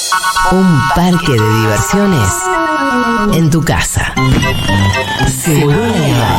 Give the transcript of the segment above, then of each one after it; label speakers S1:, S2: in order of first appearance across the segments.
S1: Un parque de diversiones en tu casa. Seguro La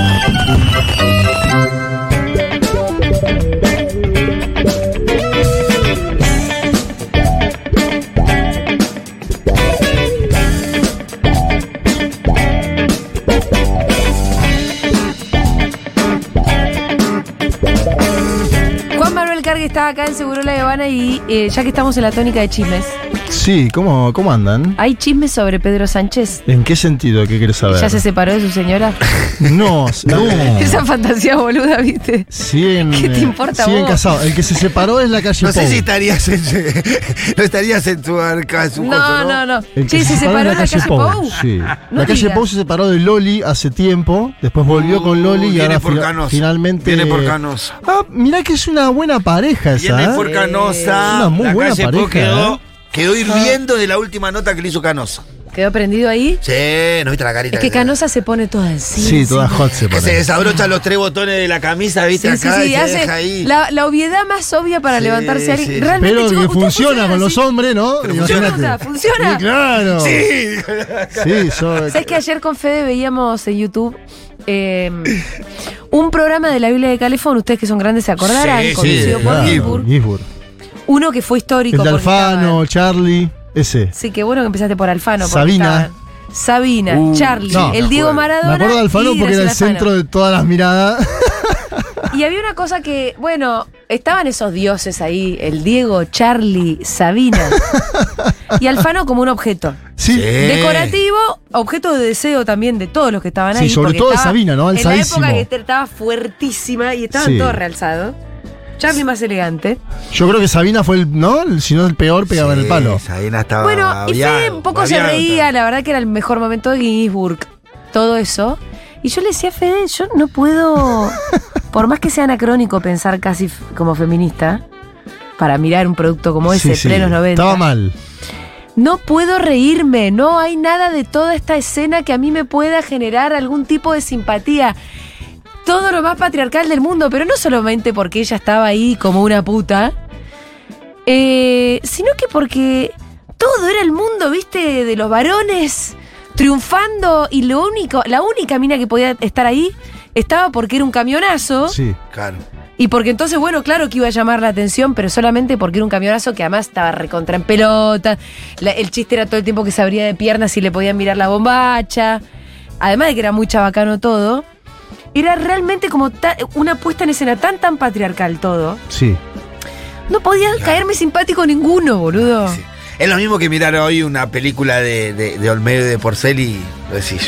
S2: Que está acá en Seguro La Habana y ya que estamos en la tónica de chismes.
S3: Sí, ¿cómo andan?
S2: Hay chismes sobre Pedro Sánchez.
S3: ¿En qué sentido? ¿Qué quieres saber?
S2: ¿Ya se separó de su señora?
S3: No.
S2: Esa fantasía boluda, ¿viste? ¿Qué te importa
S3: siguen
S2: vos?
S3: casados. El que se separó es la calle
S4: No sé
S3: Pou.
S4: si estarías en tu arca, su coso, ¿no?
S2: No.
S3: El que
S2: Sí, se separó en la calle Pou.
S3: Sí.
S2: No
S3: la calle
S2: digas.
S3: Pou se separó de Loli hace tiempo, después volvió con Loli y
S4: viene
S3: ahora
S4: por Canosa.
S3: finalmente...
S4: Viene por Canosa.
S3: Mirá que es una buena pareja esa.
S4: Viene
S3: ¿eh?
S4: por Canosa.
S3: Es una muy
S4: la
S3: buena
S4: calle Pou
S3: pareja,
S4: quedó hirviendo de la última nota que le hizo Canosa.
S2: ¿Quedó prendido ahí?
S4: Sí, ¿no viste la carita?
S2: Es que Canosa se pone toda encima.
S3: Sí, toda hot se
S4: Que se
S3: pone.
S4: desabrocha los 3 botones de la camisa, viste,
S2: Sí,
S4: acá y se
S2: hace
S4: deja ahí.
S2: la obviedad más obvia para
S4: Sí,
S2: levantarse a alguien.
S4: sí.
S2: Realmente,
S3: Pero
S2: chicos,
S3: que
S2: ¿usted
S3: funciona con los
S2: así?
S3: hombres, ¿no?
S4: Pero
S3: Imagínate.
S2: Funciona.
S3: Sí, claro.
S4: Sí.
S3: Sí,
S2: ¿Sabes que ayer con Fede veíamos en YouTube un programa de la Biblia de Calefón? Ustedes que son grandes se acordarán,
S4: Sí,
S2: conducido
S4: sí,
S2: por
S4: claro.
S2: Ginsburg.
S3: Ginsburg.
S2: Uno que fue histórico.
S3: El de
S2: porque
S3: Alfano,
S2: estaban-
S3: Charlie, ese.
S2: Sí, qué bueno que empezaste por Alfano. porque
S3: Sabina.
S2: estaban Sabina, Charlie,
S3: no,
S2: el
S4: me
S2: Diego
S4: acuerdo.
S2: Maradona.
S3: Me acuerdo de Alfano
S2: y
S3: porque era el
S2: Graciela
S3: centro
S2: Alfano.
S3: de todas las miradas.
S2: Y había una cosa que, bueno, estaban esos dioses ahí, el Diego, Charlie, Sabina. Y Alfano como un objeto.
S3: Sí.
S2: Decorativo, objeto de deseo también de todos los que estaban
S3: Sí,
S2: ahí.
S3: sobre
S2: porque
S3: todo de
S2: estaba
S3: Sabina, ¿no?
S2: En la
S3: Alzadísimo.
S2: época que estaba fuertísima y estaban
S3: Sí.
S2: todos realzados. Charlie más elegante.
S3: Yo creo que Sabina fue el, ¿no? Si no el peor, pegaba en el palo.
S4: Sabina estaba
S2: Bueno, y Fede
S4: babeado,
S2: un poco se
S4: babeado,
S2: reía, la verdad que era el mejor momento de Ginsburg, todo eso. Y yo le decía a Fede, yo no puedo, por más que sea anacrónico pensar casi como feminista, para mirar un producto como ese,
S3: Sí, sí.
S2: plenos 90.
S3: Estaba mal.
S2: No puedo reírme, no hay nada de toda esta escena que a mí me pueda generar algún tipo de simpatía. Todo lo más patriarcal del mundo, pero no solamente porque ella estaba ahí como una puta, sino que porque todo era el mundo, viste, de los varones triunfando y la única mina que podía estar ahí estaba porque era un camionazo.
S3: Sí.
S4: Claro.
S2: Y porque entonces, bueno, claro que iba a llamar la atención, pero solamente porque era un camionazo que además estaba recontra en pelota. El chiste era todo el tiempo que se abría de piernas y le podían mirar la bombacha. Además de que era muy chabacano todo. Era realmente como una puesta en escena tan patriarcal todo.
S3: Sí.
S2: No podía caerme simpático ninguno, boludo.
S4: Sí. Es lo mismo que mirar hoy una película de Olmedo y de Porcel y lo decís.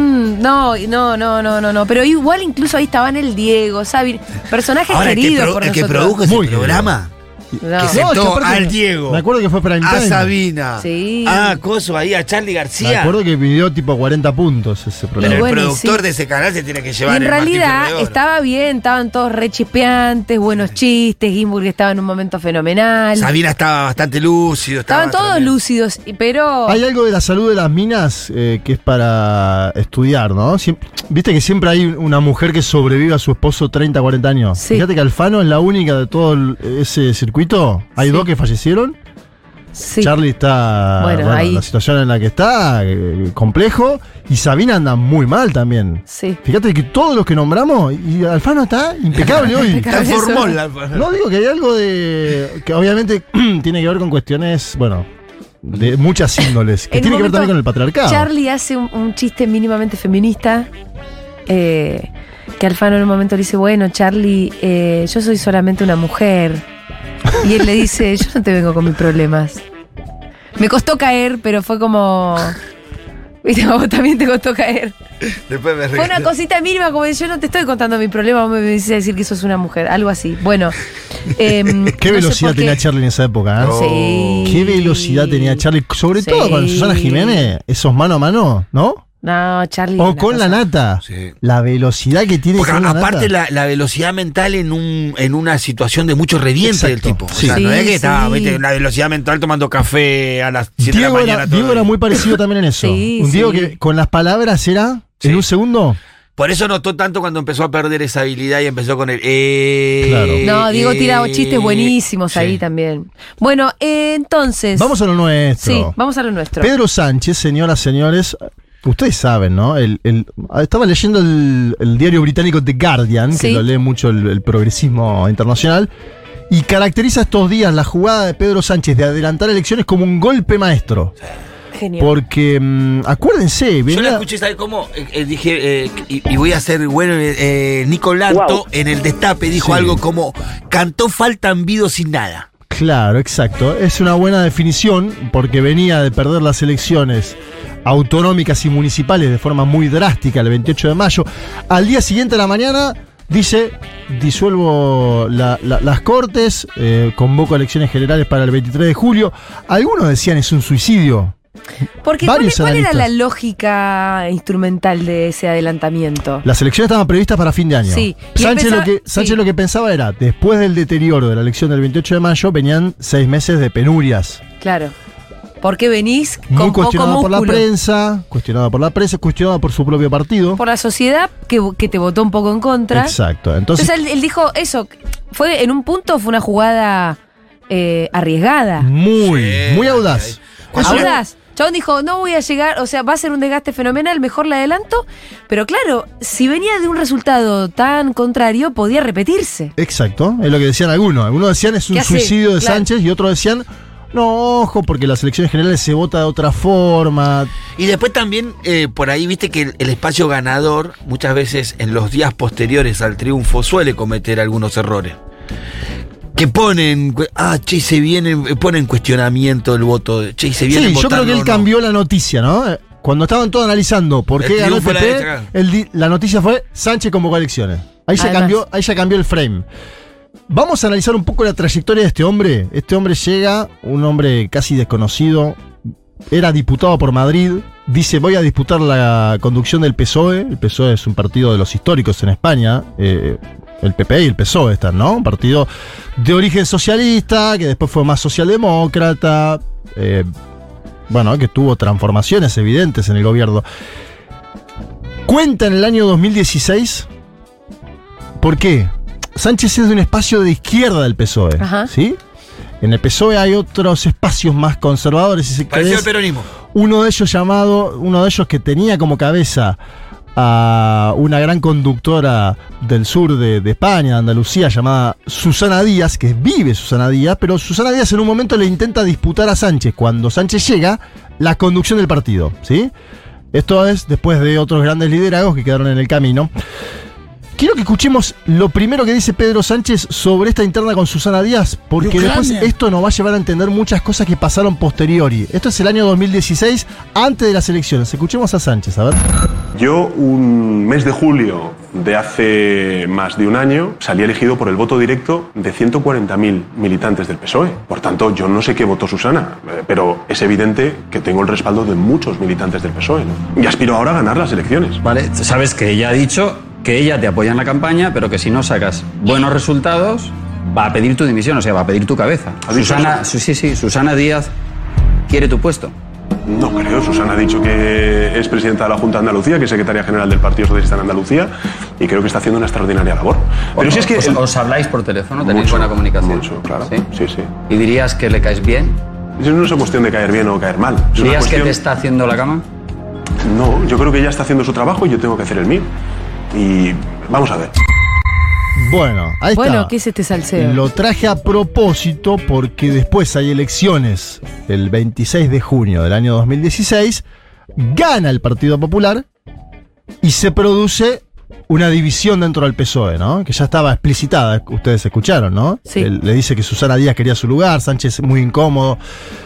S2: No. Pero igual incluso ahí estaban el Diego, Sabina. Personajes
S4: Ahora,
S2: queridos por
S4: el que
S2: nosotros.
S4: produjo ese
S3: Muy
S4: programa,
S2: No.
S4: que
S3: No,
S4: sentó
S3: es que aparte
S4: al Diego,
S3: Me acuerdo que fue Prime
S4: a
S3: Time.
S4: Sabina,
S2: Sí.
S4: a Coso ahí, a Charlie
S3: Me
S4: García.
S3: acuerdo que pidió tipo 40 puntos ese
S4: Pero
S3: programa.
S4: el
S2: Bueno,
S4: productor
S2: sí.
S4: de ese canal se tiene que
S2: Y
S4: llevar
S2: en
S4: el Martín
S2: realidad
S4: Fierro de Oro.
S2: estaba bien, estaban todos re chispeantes, buenos chistes, Ginsburg estaba en un momento fenomenal.
S4: Sabina estaba bastante lúcido.
S2: Estaban todos
S4: tremendo.
S2: lúcidos, pero
S3: Hay algo de la salud de las minas que es para estudiar, ¿no? Viste que siempre hay una mujer que sobrevive a su esposo 30, 40 años.
S2: Sí.
S3: Fíjate que Alfano es la única de todo ese circuito. Hay
S2: Sí.
S3: dos que fallecieron.
S2: sí.
S3: Charlie está,
S2: Bueno, ahí.
S3: la situación en la que está, complejo. Y Sabina anda muy mal también.
S2: Sí.
S3: Fíjate que todos los que nombramos, y Alfano está impecable hoy.
S4: Está en formol.
S3: No, digo que hay algo de. Que obviamente tiene que ver con cuestiones, bueno, de muchas índoles. Que
S2: En
S3: tiene
S2: un
S3: que ver también con
S2: momento,
S3: el patriarcado.
S2: Charlie hace un chiste mínimamente feminista. Que Alfano en un momento le dice, bueno, Charlie, yo soy solamente una mujer. Y él le dice, yo no te vengo con mis problemas. Me costó caer, pero fue como... Viste, a vos también te costó caer.
S4: Después me
S2: Fue una cosita mínima, como yo no te estoy contando mis problemas, vos me venís a decir que sos una mujer, algo así. Bueno.
S3: Qué velocidad tenía Charlie en esa época, ¿eh?
S2: Sí.
S3: Qué velocidad tenía Charlie, sobre
S2: Sí.
S3: todo con Susana Jiménez, esos mano a mano, ¿no?
S2: No, Charlie.
S3: O
S2: una
S3: con la
S2: cosa.
S3: nata.
S4: Sí.
S3: La velocidad que tiene
S4: Porque
S3: con la
S4: aparte
S3: nata.
S4: la velocidad mental en una situación de mucho reviente del
S3: Exacto.
S4: tipo.
S3: Sí.
S4: O sea, no
S2: Sí,
S4: es que estaba,
S2: sí.
S4: viste, la velocidad mental tomando café a las 7 de la
S3: Diego
S4: mañana.
S3: era,
S4: todo
S3: Diego
S4: el
S3: era
S4: día.
S3: muy parecido también en eso.
S2: Sí,
S3: Un Diego
S2: sí.
S3: que con las palabras era,
S4: Sí.
S3: en un segundo,
S4: Por eso notó tanto cuando empezó a perder esa habilidad y empezó con el
S3: Claro.
S2: No, Diego tira chistes buenísimos
S4: sí.
S2: ahí también. Bueno, entonces.
S3: Vamos a lo nuestro.
S2: Sí, vamos a lo nuestro.
S3: Pedro Sánchez, señoras, señores, ustedes saben, ¿no? Estaba leyendo el diario británico The Guardian,
S2: Sí.
S3: que lo lee mucho el progresismo internacional, y caracteriza estos días la jugada de Pedro Sánchez de adelantar elecciones como un golpe maestro.
S2: Genial.
S3: Porque, acuérdense,
S4: Yo la
S3: venía-
S4: escuché, ¿sabes cómo? Dije, y voy a ser bueno, Nico Lanto
S5: Wow.
S4: en el Destape dijo
S3: Sí.
S4: algo como, cantó faltan vido sin nada.
S3: Claro, exacto. Es una buena definición porque venía de perder las elecciones autonómicas y municipales de forma muy drástica el 28 de mayo. Al día siguiente a la mañana dice, disuelvo las cortes, convoco elecciones generales para el 23 de julio. Algunos decían es un suicidio.
S2: Porque ¿cuál
S3: varios
S2: era
S3: analistas.
S2: la lógica instrumental de ese adelantamiento?
S3: Las elecciones estaban previstas para fin de año.
S2: Sí, y
S3: Sánchez,
S2: empezaba-
S3: Sánchez
S2: sí.
S3: lo que pensaba era, después del deterioro de la elección del 28 de mayo, venían 6 meses de penurias.
S2: Claro. ¿Por qué venís
S3: Muy
S2: con poco
S3: cuestionado por la
S2: músculo?
S3: prensa, cuestionado por su propio partido.
S2: Por la sociedad que te votó un poco en contra.
S3: Exacto. Entonces,
S2: Entonces él dijo eso. En un punto fue una jugada arriesgada.
S3: muy audaz.
S2: Audaz. Chabón dijo, no voy a llegar, o sea, va a ser un desgaste fenomenal, mejor la adelanto. Pero claro, si venía de un resultado tan contrario, podía repetirse.
S3: Exacto, es lo que decían algunos. Algunos decían es un
S2: ¿Qué hace?
S3: suicidio de
S2: Claro.
S3: Sánchez y otros decían, no, ojo, porque las elecciones generales se vota de otra forma.
S4: Y después también, por ahí, viste que el espacio ganador, muchas veces en los días posteriores al triunfo, suele cometer algunos errores. Que ponen, se viene, ponen en cuestionamiento el voto, se viene
S3: Sí, yo creo que él cambió la noticia, ¿no? Cuando estaban todos analizando por
S4: El
S3: qué ganó el
S4: triunfo de la
S3: PP,
S4: derecha,
S3: la noticia fue Sánchez convocó elecciones. Ahí
S2: Además.
S3: ya cambió el frame. Vamos a analizar un poco la trayectoria de este hombre. Este hombre llega, un hombre casi desconocido, era diputado por Madrid, dice voy a disputar la conducción del PSOE. El PSOE es un partido de los históricos en España. El PP y el PSOE están, ¿no? Un partido de origen socialista, que después fue más socialdemócrata, que tuvo transformaciones evidentes en el gobierno. Cuenta en el año 2016, ¿por qué? Sánchez es de un espacio de izquierda del PSOE,
S2: Ajá.
S3: ¿sí? En el PSOE hay otros espacios más conservadores, si se
S4: Pareció
S3: querés.
S4: el peronismo.
S3: Uno de ellos que tenía como cabeza a una gran conductora del sur de España, de Andalucía, llamada Susana Díaz, que vive Susana Díaz, pero Susana Díaz en un momento le intenta disputar a Sánchez, cuando Sánchez llega, la conducción del partido, ¿sí? Esto es después de otros grandes liderazgos que quedaron en el camino. Quiero que escuchemos lo primero que dice Pedro Sánchez sobre esta interna con Susana Díaz, porque después esto nos va a llevar a entender muchas cosas que pasaron posteriori. Esto es el año 2016, antes de las elecciones. Escuchemos a Sánchez, a ver.
S5: Yo, un mes de julio de hace más de un año, salí elegido por el voto directo de 140.000 militantes del PSOE. Por tanto, yo no sé qué votó Susana, pero es evidente que tengo el respaldo de muchos militantes del PSOE, ¿no? Y aspiro ahora a ganar las elecciones.
S6: Vale, sabes que ella ha dicho que ella te apoya en la campaña, pero que si no sacas buenos resultados, va a pedir tu dimisión, o sea, va a pedir tu cabeza.
S5: ¿Ha dicho eso?
S6: Susana Díaz quiere tu puesto.
S5: No creo, Susana ha dicho que es presidenta de la Junta de Andalucía, que es secretaria general del Partido Socialista en Andalucía, y creo que está haciendo una extraordinaria labor. Pero si es que...
S6: ¿Os habláis por teléfono? ¿Tenéis
S5: Mucho,
S6: buena comunicación?
S5: mucho, claro.
S6: ¿Sí?
S5: Sí.
S6: ¿Y dirías que le caes bien?
S5: Eso no es una cuestión de caer bien o caer mal. Es una
S6: ¿Dirías que
S5: cuestión...
S6: te está haciendo la cama?
S5: No, yo creo que ella está haciendo su trabajo y yo tengo que hacer el mío. Y vamos a ver.
S3: Bueno, ahí está.
S2: Bueno, ¿qué es este salseo?
S3: Lo traje a propósito porque después hay elecciones el 26 de junio del año 2016, gana el Partido Popular y se produce una división dentro del PSOE, ¿no? Que ya estaba explicitada, ustedes escucharon, ¿no?
S2: Sí.
S3: Él le dice que Susana Díaz quería su lugar, Sánchez muy incómodo.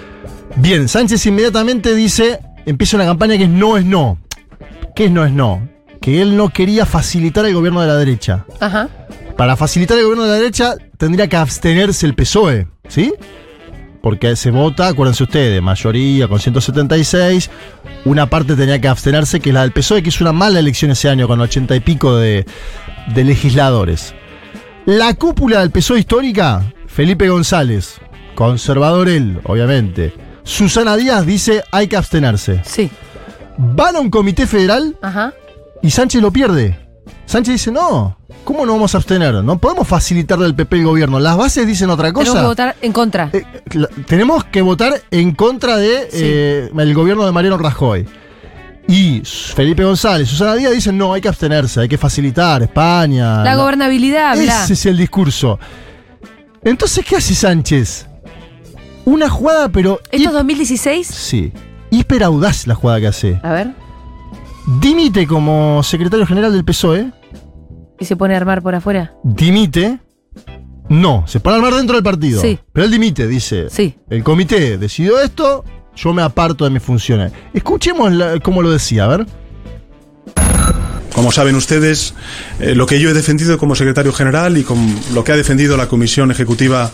S3: Bien, Sánchez inmediatamente dice, empieza una campaña que es no es no. ¿Qué es no es no? Que él no quería facilitar el gobierno de la derecha.
S2: Ajá.
S3: Para facilitar el gobierno de la derecha tendría que abstenerse el PSOE, ¿sí? Porque se vota, acuérdense ustedes, mayoría con 176, una parte tenía que abstenerse, que es la del PSOE, que hizo una mala elección ese año con 80 y pico de legisladores. La cúpula del PSOE histórica, Felipe González, conservador él, obviamente. Susana Díaz dice hay que abstenerse.
S2: Sí.
S3: Van a un comité federal
S2: Ajá.
S3: Y Sánchez lo pierde. Sánchez dice, no, ¿cómo no vamos a abstener? No podemos facilitarle al PP el gobierno. Las bases dicen otra cosa.
S2: Tenemos que votar en contra.
S3: Tenemos que votar en contra de el gobierno de Mariano Rajoy. Y Felipe González, Susana Díaz dicen, no, hay que abstenerse, hay que facilitar, España.
S2: La gobernabilidad, bla.
S3: Ese es el discurso. Entonces, ¿qué hace Sánchez? Una jugada, pero...
S2: ¿Esto es 2016?
S3: Sí. Hiper audaz la jugada que hace.
S2: A ver.
S3: Dimite como secretario general del PSOE.
S2: ¿Y se pone a armar por afuera?
S3: Dimite. No, se pone a armar dentro del partido.
S2: Sí.
S3: Pero él dimite, dice.
S2: Sí.
S3: El comité decidió esto, yo me aparto de mis funciones. Escuchemos cómo lo decía, a ver.
S5: Como saben ustedes, lo que yo he defendido como secretario general y con lo que ha defendido la Comisión Ejecutiva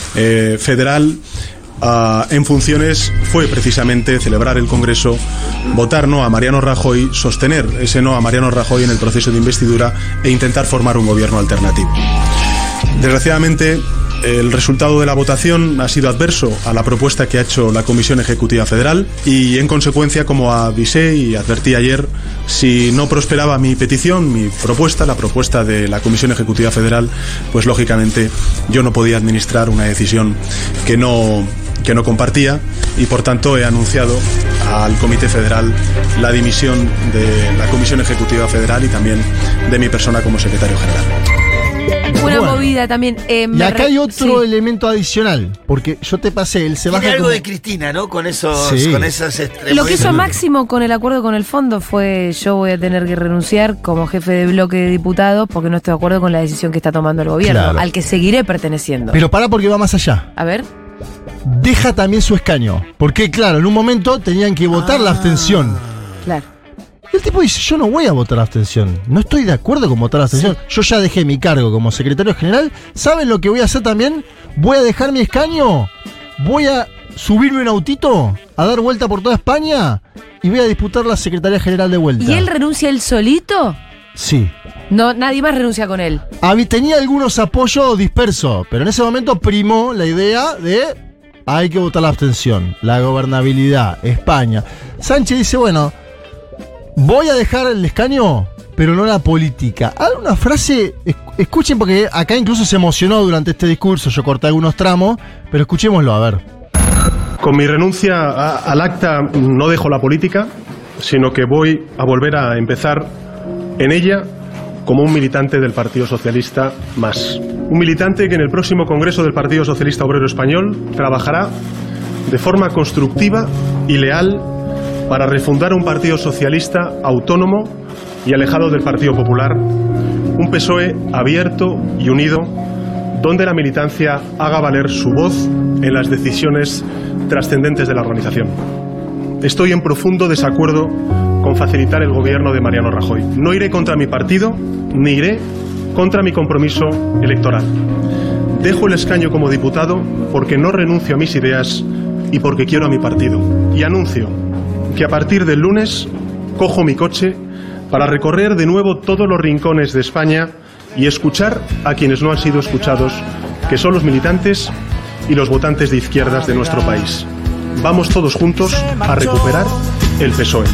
S5: Federal en funciones fue precisamente celebrar el Congreso, votar no a Mariano Rajoy, sostener ese no a Mariano Rajoy en el proceso de investidura e intentar formar un gobierno alternativo. Desgraciadamente, el resultado de la votación ha sido adverso a la propuesta que ha hecho la Comisión Ejecutiva Federal y, en consecuencia, como avisé y advertí ayer, si no prosperaba mi petición, mi propuesta, la propuesta de la Comisión Ejecutiva Federal, pues lógicamente yo no podía administrar una decisión que no compartía y, por tanto, he anunciado al Comité Federal la dimisión de la Comisión Ejecutiva Federal y también de mi persona como secretario general.
S2: Una
S3: Bueno.
S2: movida también.
S3: Y acá hay otro
S2: sí.
S3: elemento adicional, porque yo te pasé, él se
S4: Tiene
S3: baja
S4: algo
S3: como-
S4: de Cristina, ¿no? Con esos,
S3: Sí.
S4: con esas
S2: Lo que hizo
S4: extremos.
S2: Máximo con el acuerdo con el fondo fue: yo voy a tener que renunciar como jefe de bloque de diputados porque no estoy de acuerdo con la decisión que está tomando el gobierno,
S3: Claro.
S2: al que seguiré perteneciendo.
S3: Pero pará, porque va más allá.
S2: A ver.
S3: Deja también su escaño. Porque, claro, en un momento tenían que votar la abstención.
S2: Claro.
S3: El tipo dice, yo no voy a votar la abstención. No estoy de acuerdo con votar la abstención. Yo ya dejé mi cargo como secretario general. ¿Saben lo que voy a hacer también? Voy a dejar mi escaño. Voy a subirme un autito, a dar vuelta por toda España y voy a disputar la Secretaría General de vuelta.
S2: ¿Y él renuncia él solito?
S3: Sí.
S2: No, nadie más renuncia con él.
S3: Tenía algunos apoyos dispersos, pero en ese momento primó la idea de hay que votar la abstención, la gobernabilidad, España. Sánchez dice, bueno, voy a dejar el escaño, pero no la política. Hay una frase, escuchen porque acá incluso se emocionó durante este discurso, yo corté algunos tramos, pero escuchémoslo, a ver.
S5: Con mi renuncia al acta no dejo la política, sino que voy a volver a empezar en ella como un militante del Partido Socialista más. Un militante que en el próximo Congreso del Partido Socialista Obrero Español trabajará de forma constructiva y leal para refundar un Partido Socialista autónomo y alejado del Partido Popular. Un PSOE abierto y unido, donde la militancia haga valer su voz en las decisiones trascendentes de la organización. Estoy en profundo desacuerdo con facilitar el gobierno de Mariano Rajoy. No iré contra mi partido, ni iré contra mi compromiso electoral. Dejo el escaño como diputado porque no renuncio a mis ideas y porque quiero a mi partido. Y anuncio que a partir del lunes cojo mi coche para recorrer de nuevo todos los rincones de España y escuchar a quienes no han sido escuchados, que son los militantes y los votantes de izquierdas de nuestro país. Vamos todos juntos a recuperar el PSOE.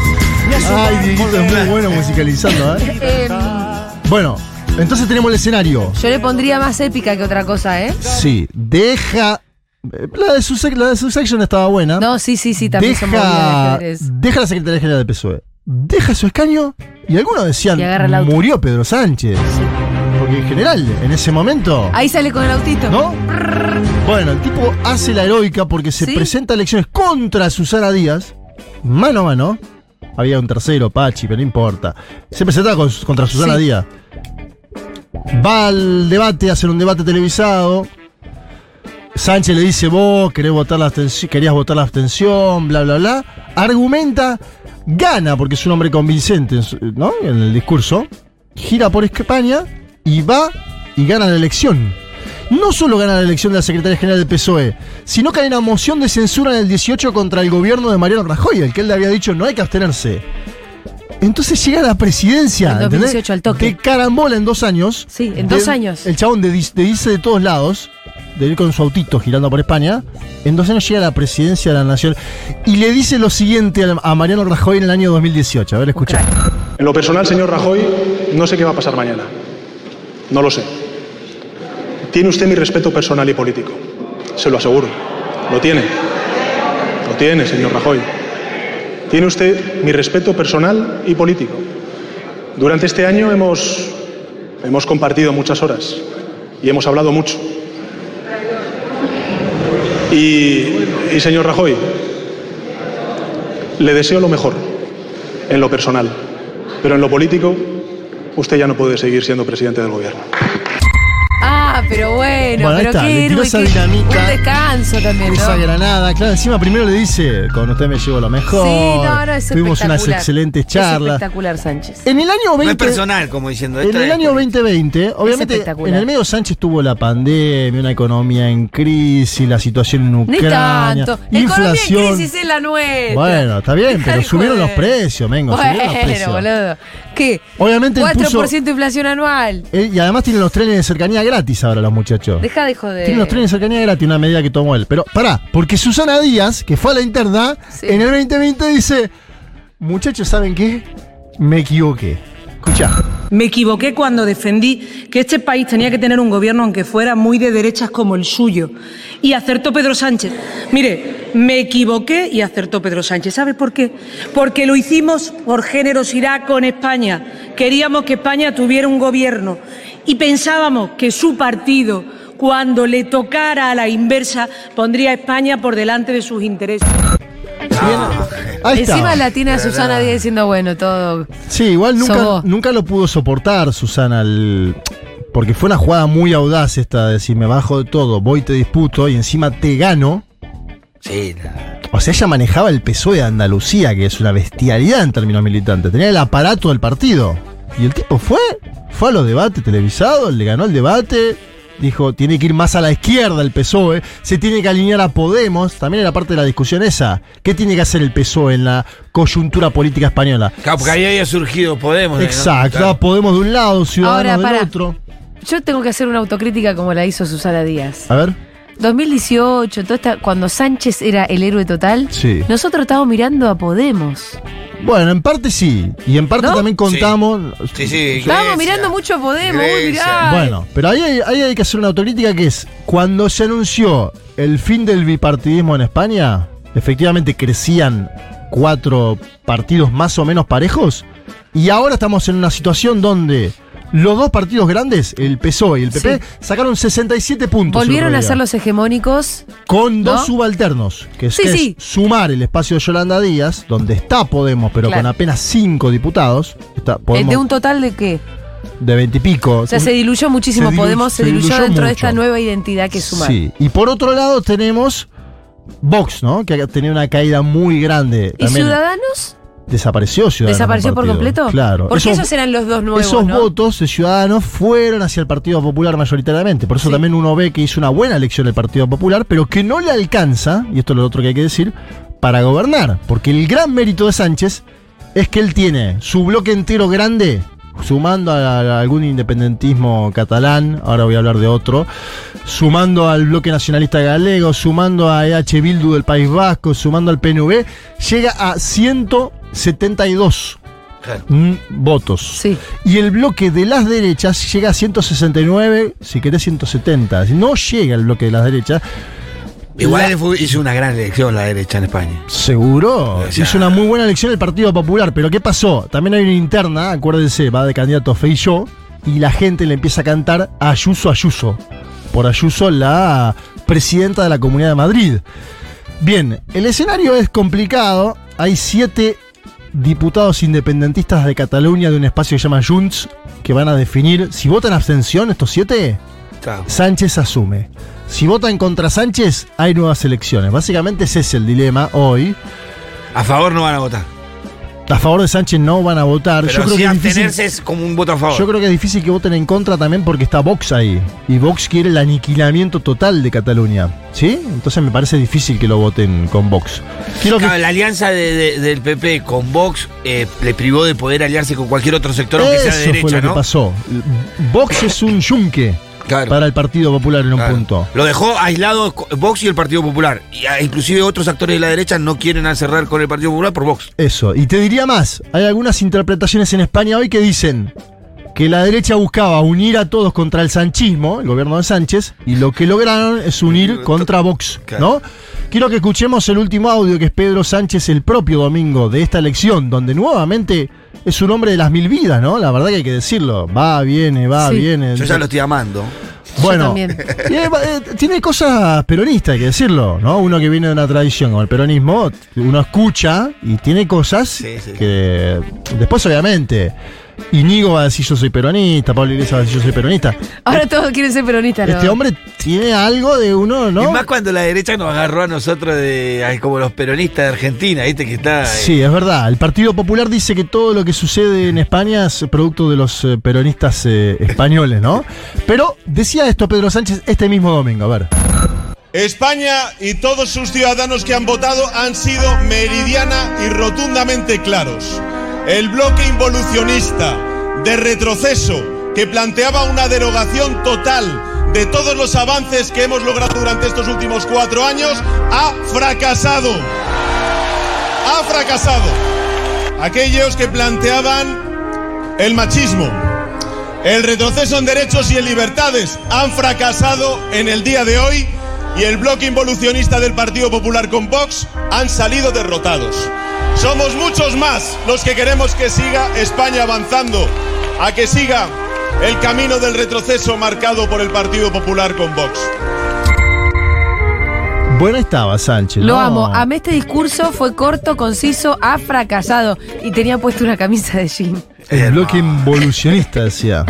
S3: Ay, Dieguito es muy bueno musicalizando, ¿eh? Bueno, entonces tenemos el escenario.
S2: Yo le pondría más épica que otra cosa, ¿eh?
S3: Sí, deja... La de Succession estaba buena.
S2: No, sí, también son movidas de ajedrez.
S3: Deja la Secretaría General del PSOE. Deja su escaño y algunos decían,
S2: Y agarra el auto.
S3: murió Pedro Sánchez. Porque en general, en ese momento...
S2: Ahí sale con el autito.
S3: ¿No? Bueno, el tipo hace la heroica porque se
S2: ¿Sí?
S3: presenta a elecciones contra Susana Díaz, mano a mano. Había un tercero, Pachi, pero no importa. Se presenta contra Susana
S2: Sí.
S3: Díaz. Va al debate, a hacer un debate televisado. Sánchez le dice, vos querías votar la abstención, bla, bla, bla. Argumenta, gana, porque es un hombre convincente, ¿no? En el discurso. Gira por España y va y gana la elección. No solo gana la elección de la Secretaría General del PSOE, sino que hay una moción de censura en el 18 contra el gobierno de Mariano Rajoy, el que él le había dicho no hay que abstenerse. Entonces llega a la presidencia.
S2: En 2018 al toque.
S3: De carambola en 2 años.
S2: Sí, en 2 años.
S3: El chabón de irse de todos lados, de ir con su autito girando por España, en 2 años llega a la presidencia de la nación y le dice lo siguiente a Mariano Rajoy en el año 2018. A ver, escucha.
S5: En lo personal, señor Rajoy, no sé qué va a pasar mañana. No lo sé. Tiene usted mi respeto personal y político. Se lo aseguro. Lo tiene. Lo tiene, señor Rajoy. Tiene usted mi respeto personal y político. Durante este año hemos compartido muchas horas y hemos hablado mucho. Y señor Rajoy, le deseo lo mejor en lo personal, pero en lo político usted ya no puede seguir siendo presidente del gobierno.
S2: Pero bueno,
S3: Ahí
S2: pero
S3: está,
S2: qué
S3: le tiró
S2: héroe,
S3: esa
S2: qué-
S3: dinamita,
S2: un descanso también,
S3: esa
S2: ¿no?
S3: granada. Claro, encima primero le dice, con usted me llevo lo mejor.
S2: Sí, no, es
S3: Tuvimos unas
S2: espectacular.
S3: excelentes
S2: Es
S3: charlas.
S2: espectacular, Sánchez.
S3: En el año 20...
S4: No es personal, como diciendo.
S3: En
S4: esto
S3: el
S4: es
S3: año
S4: político.
S3: 2020, obviamente,
S2: espectacular.
S3: en el medio Sánchez tuvo la pandemia, una economía en crisis, la situación en
S2: Ni
S3: Ucrania,
S2: tanto. Economía
S3: inflación.
S2: en crisis es la nuestra.
S3: Bueno, está bien,
S2: Dejá
S3: pero
S2: de
S3: subieron los
S2: joder.
S3: precios, Mengo, subieron los
S2: Bueno,
S3: precios.
S2: boludo. ¿Qué?
S3: Obviamente él
S2: 4% de inflación anual.
S3: Y además tienen los trenes de cercanía gratis ahora los muchachos.
S2: Deja de joder.
S3: Tienen los trenes de cercanía gratis, una medida que tomó él. Pero pará, porque Susana Díaz, que fue a la interna,
S2: Sí.
S3: en el 2020 dice, muchachos, ¿saben qué? Me equivoqué. Escuchá.
S7: Me equivoqué cuando defendí que este país tenía que tener un gobierno aunque fuera muy de derechas como el suyo. Y acertó Pedro Sánchez. Mire, me equivoqué y acertó Pedro Sánchez. ¿Sabe por qué? Porque lo hicimos por generosidad con España. Queríamos que España tuviera un gobierno y pensábamos que su partido, cuando le tocara a la inversa, pondría a España por delante de sus intereses.
S3: Ahí está.
S2: Encima la tiene a Susana Díaz diciendo, bueno, todo.
S3: Sí, igual
S2: Sos
S3: nunca,
S2: vos.
S3: nunca lo pudo soportar Susana, porque fue una jugada muy audaz esta de decir, me bajo de todo, voy y te disputo y encima te gano.
S4: Sí,
S3: O sea, ella manejaba el PSOE de Andalucía, que es una bestialidad en términos militantes. Tenía el aparato del partido. Y el tipo fue a los debates televisados, le ganó el debate. Dijo, tiene que ir más a la izquierda el PSOE, se tiene que alinear a Podemos. También era parte de la discusión esa. ¿Qué tiene que hacer el PSOE en la coyuntura política española?
S4: Claro, porque ahí había surgido Podemos. ¿no?
S3: Exacto,
S4: Claro.
S3: Podemos de un lado, Ciudadanos
S2: Ahora,
S3: del
S2: para.
S3: otro.
S2: Yo tengo que hacer una autocrítica como la hizo Susana Díaz.
S3: A ver.
S2: 2018, cuando Sánchez era el héroe total,
S3: Sí.
S2: nosotros estábamos mirando a Podemos.
S3: Bueno, en parte sí. Y en parte
S2: ¿No?
S3: también contamos.
S4: Sí, sí.
S2: Estábamos
S4: Grecia.
S2: mirando mucho a Podemos. Uy,
S4: Grecia.
S2: mirá.
S3: Bueno, pero ahí hay que hacer una autocrítica que es, cuando se anunció el fin del bipartidismo en España, efectivamente crecían 4 partidos más o menos parejos, y ahora estamos en una situación donde los 2 partidos grandes, el PSOE y el PP,
S2: Sí.
S3: sacaron 67 puntos.
S2: Volvieron
S3: el
S2: a
S3: otro
S2: ser
S3: día,
S2: los hegemónicos.
S3: con 2
S2: ¿no?
S3: subalternos, que es,
S2: Sí,
S3: que es
S2: sí.
S3: sumar el espacio de Yolanda Díaz, donde está Podemos, pero
S2: Claro.
S3: con apenas 5 diputados. Está Podemos
S2: ¿De un total de qué?
S3: de 20 y pico.
S2: O sea, se diluyó muchísimo. Podemos se diluyó dentro de esta
S3: mucho.
S2: nueva identidad que es sumar.
S3: Sí, y por otro lado tenemos Vox, ¿no? Que ha tenido una caída muy grande.
S2: ¿Y
S3: También
S2: Ciudadanos?
S3: desapareció Ciudadanos.
S2: ¿Desapareció
S3: del
S2: por
S3: partido.
S2: completo?
S3: Claro.
S2: Porque esos eran los dos nuevos,
S3: Esos
S2: ¿no?
S3: votos de Ciudadanos fueron hacia el Partido Popular mayoritariamente. Por eso
S2: Sí.
S3: también uno ve que hizo una buena elección el Partido Popular, pero que no le alcanza, y esto es lo otro que hay que decir, para gobernar. Porque el gran mérito de Sánchez es que él tiene su bloque entero grande, sumando a algún independentismo catalán, ahora voy a hablar de otro, sumando al bloque nacionalista galego, sumando a EH Bildu del País Vasco, sumando al PNV, llega a 172
S4: Claro.
S3: votos.
S2: Sí.
S3: Y el bloque de las derechas llega a 169, si querés 170. No llega el bloque de las derechas.
S4: Igual
S3: La-
S4: hizo una gran elección la derecha en España.
S3: Seguro.
S4: O sea-
S3: Hizo una muy buena elección el Partido Popular. Pero ¿qué pasó? También hay una interna, acuérdense, va de candidato Feijóo, y la gente le empieza a cantar a Ayuso. Por Ayuso, la presidenta de la Comunidad de Madrid. Bien, el escenario es complicado. Hay 7 diputados independentistas de Cataluña de un espacio que se llama Junts, que van a definir si votan abstención estos 7.
S4: Claro.
S3: Sánchez asume. Si votan contra Sánchez, hay nuevas elecciones. Básicamente ese es el dilema hoy.
S4: A favor no van a votar.
S3: a favor de Sánchez no van a votar.
S4: Pero
S3: Yo creo
S4: si
S3: que es difícil.
S4: abstenerse es como un voto a favor.
S3: Yo creo que es difícil que voten en contra también porque está Vox ahí. Y Vox quiere el aniquilamiento total de Cataluña. ¿Sí? Entonces me parece difícil que lo voten con Vox.
S4: Claro, la alianza del PP con Vox le privó de poder aliarse con cualquier otro sector, aunque sea de
S3: Eso
S4: derecha,
S3: fue lo que
S4: ¿no?
S3: pasó. Vox es un yunque
S4: Claro.
S3: para el Partido Popular en un
S4: Claro.
S3: punto.
S4: Lo dejó aislado Vox y el Partido Popular. Y inclusive otros actores de la derecha no quieren cerrar con el Partido Popular por Vox.
S3: Eso. Y te diría más. Hay algunas interpretaciones en España hoy que dicen que la derecha buscaba unir a todos contra el sanchismo, el gobierno de Sánchez, y lo que lograron es unir contra Vox, ¿no? Quiero que escuchemos el último audio, que es Pedro Sánchez el propio domingo de esta elección, donde nuevamente es un hombre de las mil vidas, ¿no? La verdad que hay que decirlo. viene.
S4: Yo ya lo estoy amando.
S3: Bueno,
S2: también.
S3: tiene cosas peronistas, hay que decirlo, ¿no? Uno que viene de una tradición como el peronismo, uno escucha y tiene cosas que después, obviamente, Íñigo va a decir yo soy peronista, Pablo Iglesias va a decir yo soy peronista.
S2: Ahora todos quieren ser peronistas, ¿no?
S3: Este hombre tiene algo de uno, ¿no?
S4: Y más cuando la derecha nos agarró a nosotros como los peronistas de Argentina, ¿viste? Que está.
S3: Sí, es verdad. El Partido Popular dice que todo lo que sucede en España es producto de los peronistas españoles, ¿no? Pero decía esto Pedro Sánchez este mismo domingo, a ver.
S8: España y todos sus ciudadanos que han votado han sido meridiana y rotundamente claros. El bloque involucionista de retroceso que planteaba una derogación total de todos los avances que hemos logrado durante estos últimos 4 años ha fracasado. Ha fracasado. Aquellos que planteaban el machismo, el retroceso en derechos y en libertades han fracasado en el día de hoy y el bloque involucionista del Partido Popular con Vox han salido derrotados. Somos muchos más los que queremos que siga España avanzando, a que siga el camino del retroceso marcado por el Partido Popular con Vox.
S3: Buena estaba Sánchez,
S2: Lo
S3: ¿no?
S2: amo. Amé este discurso, fue corto, conciso, ha fracasado. Y tenía puesto una camisa de jean.
S3: El bloque involucionista, decía.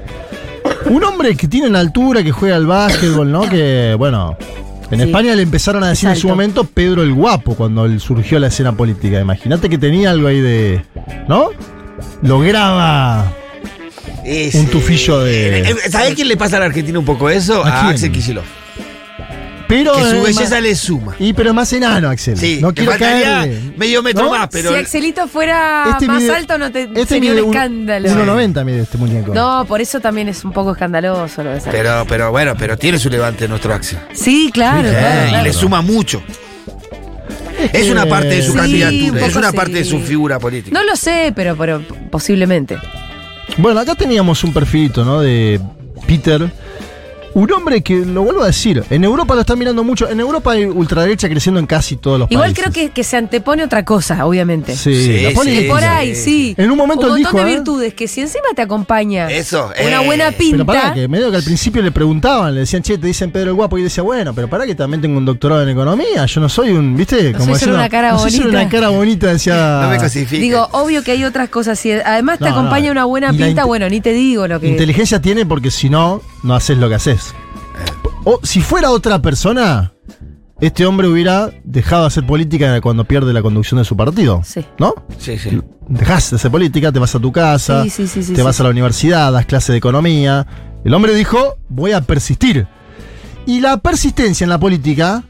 S3: Un hombre que tiene una altura, que juega al básquetbol, ¿no? Que, bueno, en
S2: Sí.
S3: España le empezaron a decir en su
S2: Alto.
S3: momento Pedro el Guapo cuando él surgió a la escena política. Imagínate que tenía algo ahí de, ¿no? Lograba un tufillo de...
S4: ¿Sabés quién le pasa a la Argentina un poco eso?
S3: ¿A
S4: A
S3: quién?
S4: Axel Kicillof.
S3: Pero
S4: Que su
S3: es
S4: belleza
S3: más-
S4: le suma.
S3: pero es más enano, Axel.
S4: Sí,
S3: no
S4: le
S3: quiero
S4: faltaría
S3: caer.
S4: medio metro
S3: ¿no?
S4: más, pero.
S2: Si Axelito fuera
S3: Este
S2: más
S3: mide-
S2: alto, no te
S3: Este
S2: sería
S3: mide
S2: un escándalo.
S3: 1,90 mide este muñeco.
S2: No, por eso también es un poco escandaloso lo de Sánchez.
S4: Pero bueno, pero tiene su levante nuestro Axel.
S2: Sí, claro,
S3: Sí,
S2: claro,
S4: Y
S2: claro.
S4: le suma mucho. Es una parte de su
S2: Sí,
S4: candidatura,
S2: un
S4: es
S2: poco
S4: una
S2: sí.
S4: parte de su figura política.
S2: No lo sé, pero posiblemente.
S3: Bueno, acá teníamos un perfilito, ¿no? De Peter. Un hombre que, lo vuelvo a decir, en Europa lo están mirando mucho. En Europa hay ultraderecha creciendo en casi todos los
S2: Igual
S3: países.
S2: creo que se antepone otra cosa, obviamente.
S3: Sí,
S4: Sí,
S3: la
S4: sí,
S3: política.
S2: Por ahí, sí.
S3: En un momento
S2: un
S3: él
S2: montón
S3: dijo,
S2: de
S3: ¿eh?
S2: virtudes que si encima te acompaña
S4: Eso,
S2: una buena pinta.
S3: Pero pará, que medio que al principio le preguntaban, le decían, che, te dicen Pedro el Guapo, y él decía, bueno, pero pará que también tengo un doctorado en economía, yo no soy un, ¿viste?
S2: No soy solo una cara
S3: no soy solo
S2: bonita.
S3: una cara bonita, decía.
S4: No me cosifiques.
S2: Digo, obvio que hay otras cosas. Si además te
S3: No,
S2: acompaña
S3: no.
S2: una buena
S3: Y la
S2: pinta, bueno, ni te digo lo que.
S3: Inteligencia tiene porque si no, no haces lo que haces. O si fuera otra persona, este hombre hubiera dejado de hacer política cuando pierde la conducción de su partido.
S2: Sí.
S3: ¿No?
S4: Sí, sí.
S3: Dejás de hacer política, te vas a tu casa,
S2: Sí,
S3: te vas
S2: sí.
S3: a la universidad, das clase de economía. El hombre dijo, voy a persistir. Y la persistencia en la política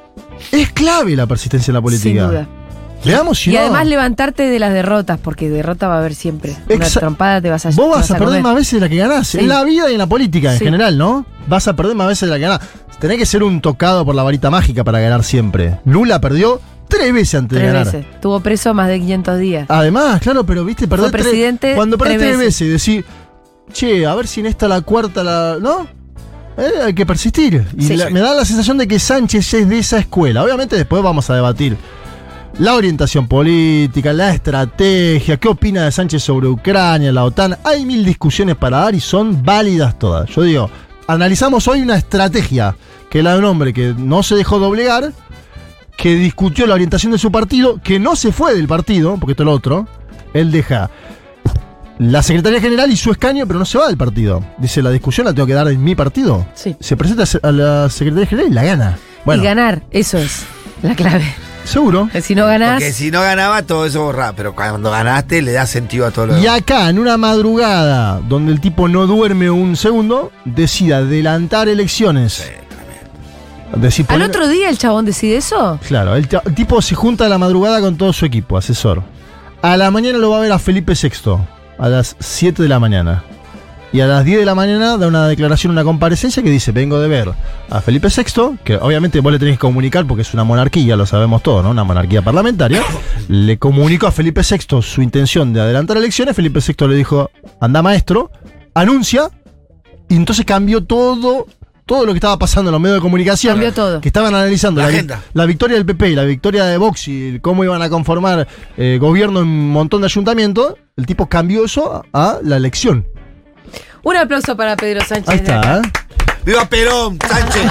S3: es clave, la persistencia en la política.
S2: Sin duda.
S3: Veamos si
S2: Y
S3: no.
S2: además levantarte de las derrotas, porque derrota va a haber siempre. Una
S3: Exa-
S2: trompada te vas a
S3: Vos vas a perder
S2: comer.
S3: más veces de la que ganás.
S2: Sí.
S3: En la vida y en la política en
S2: Sí.
S3: general, ¿no? Vas a perder más veces de la que ganás. Tenés que ser un tocado por la varita mágica para ganar siempre. Lula perdió 3 veces antes de
S2: 3
S3: ganar.
S2: veces. Estuvo preso más de 500 días.
S3: Además, claro, pero viste, perder
S2: Fue presidente
S3: cuando perdés
S2: 3
S3: 3
S2: veces.
S3: veces y decís, che, a ver si en esta la cuarta la. ¿No? Hay que persistir. Y
S2: Sí.
S3: me da la sensación de que Sánchez es de esa escuela. Obviamente después vamos a debatir la orientación política, la estrategia, qué opina de Sánchez sobre Ucrania, la OTAN. Hay 1000 discusiones para dar y son válidas todas. Yo digo, analizamos hoy una estrategia, que es la de un hombre que no se dejó doblegar, que discutió la orientación de su partido, que no se fue del partido, porque esto es lo otro. Él deja la Secretaría General y su escaño, pero no se va del partido. Dice, la discusión la tengo que dar en mi partido.
S2: Sí.
S3: Se presenta a la Secretaría General y la gana. Bueno,
S2: Y ganar, eso es la clave.
S3: Seguro.
S2: Que si no ganás.
S4: Porque si no ganaba, todo eso borraba. Pero cuando ganaste, le da sentido a todo lo
S3: Y
S4: demás.
S3: acá, en una madrugada donde el tipo no duerme un segundo, decide adelantar elecciones. Decir,
S2: ¿Al
S3: poner-
S2: otro día el chabón decide eso?
S3: Claro, el tipo se junta a la madrugada con todo su equipo, asesor. A la mañana lo va a ver a Felipe VI, a las 7 de la mañana. Y a las 10 de la mañana da una declaración, una comparecencia que dice, vengo de ver a Felipe VI, que obviamente vos le tenés que comunicar porque es una monarquía, lo sabemos todos, ¿no? Una monarquía parlamentaria. Le comunicó a Felipe VI su intención de adelantar elecciones. Felipe VI le dijo, anda maestro, anuncia, y entonces cambió todo lo que estaba pasando en los medios de comunicación.
S2: Cambió todo.
S3: Que estaban analizando
S4: La
S3: vi-
S4: agenda.
S3: la victoria del PP y la victoria de Vox y cómo iban a conformar gobierno en un montón de ayuntamientos. El tipo cambió eso a la elección.
S2: Un aplauso para Pedro Sánchez.
S3: Ahí
S2: de acá.
S3: está, ¿eh?
S4: ¡Viva Perón, Sánchez!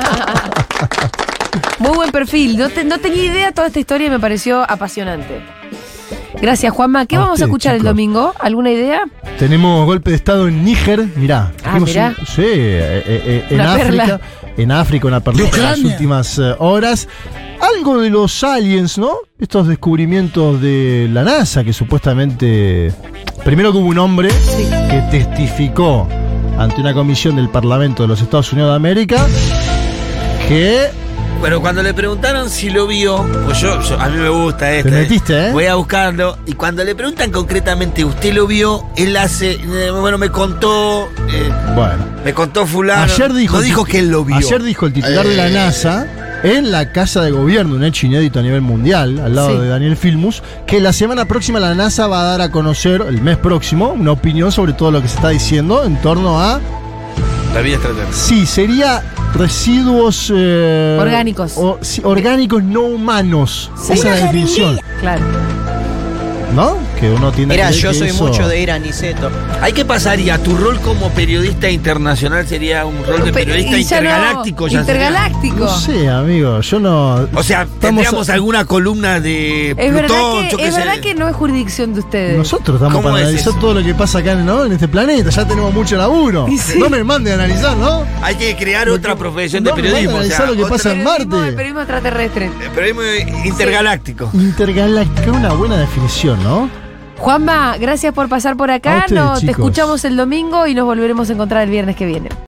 S2: Muy buen perfil. No tenía idea toda esta historia y me pareció apasionante. Gracias, Juanma. ¿Qué
S3: A
S2: vamos a
S3: usted,
S2: escuchar el
S3: chicos.
S2: domingo? ¿Alguna idea?
S3: Tenemos golpe de estado en Níger. Mirá. Trajimos
S2: mirá.
S3: sí, en
S2: Una
S3: África.
S2: perla.
S3: En África, una perlita en las últimas horas. Algo de los aliens, ¿no? Estos descubrimientos de la NASA que supuestamente. Primero que hubo un hombre que testificó ante una comisión del Parlamento de los Estados Unidos de América que.
S4: Pero cuando le preguntaron si lo vio, pues yo a mí me gusta esto.
S3: Te metiste, ¿eh?
S4: Voy a buscarlo. Y cuando le preguntan concretamente, ¿usted lo vio? Él hace. Bueno, me contó.
S3: Bueno.
S4: Me contó fulano.
S3: Ayer dijo,
S4: No dijo que él lo vio.
S3: Ayer dijo el titular de la NASA en la Casa de Gobierno, un hecho inédito a nivel mundial, al lado
S2: Sí.
S3: de Daniel Filmus, que la semana próxima la NASA va a dar a conocer, el mes próximo, una opinión sobre todo lo que se está diciendo en torno a.
S4: La vida extraterrestre.
S3: Sí, sería residuos
S2: Orgánicos.
S3: sí, orgánicos no humanos.
S2: Sí.
S3: Esa es la definición.
S2: Claro.
S3: ¿No? Que uno tiene
S9: Mira,
S3: que ver
S9: yo
S3: que
S9: soy
S3: eso-
S9: mucho de ir a Niceto.
S4: ¿Hay qué pasaría? ¿Tu rol como periodista internacional sería un rol de periodista
S2: Y ya no,
S4: intergaláctico? Ya sería?
S2: intergaláctico.
S3: No sé, amigo, yo no.
S4: O sea, ¿tendríamos alguna columna de
S2: Es verdad,
S4: Plutón? Yo qué
S2: es
S4: sé.
S2: verdad que no es jurisdicción de ustedes.
S3: Nosotros estamos
S4: ¿Cómo
S3: para
S4: es
S3: analizar
S4: eso?
S3: todo lo que pasa acá, ¿no? En este planeta. Ya tenemos mucho laburo.
S2: Y sí.
S3: No me manden a analizar, ¿no?
S4: Hay que crear otra profesión
S3: No
S4: de
S3: me
S4: periodismo.
S3: van a
S4: o sea,
S3: analizar lo que pasa en
S2: Periodismo
S3: Marte.
S2: de periodismo extraterrestre.
S4: periodismo intergaláctico.
S3: Intergaláctica, una buena definición, ¿no?
S2: Juanma, gracias por pasar por
S3: A
S2: acá.
S3: ustedes,
S2: Te
S3: chicos.
S2: escuchamos el domingo y nos volveremos a encontrar el viernes que viene.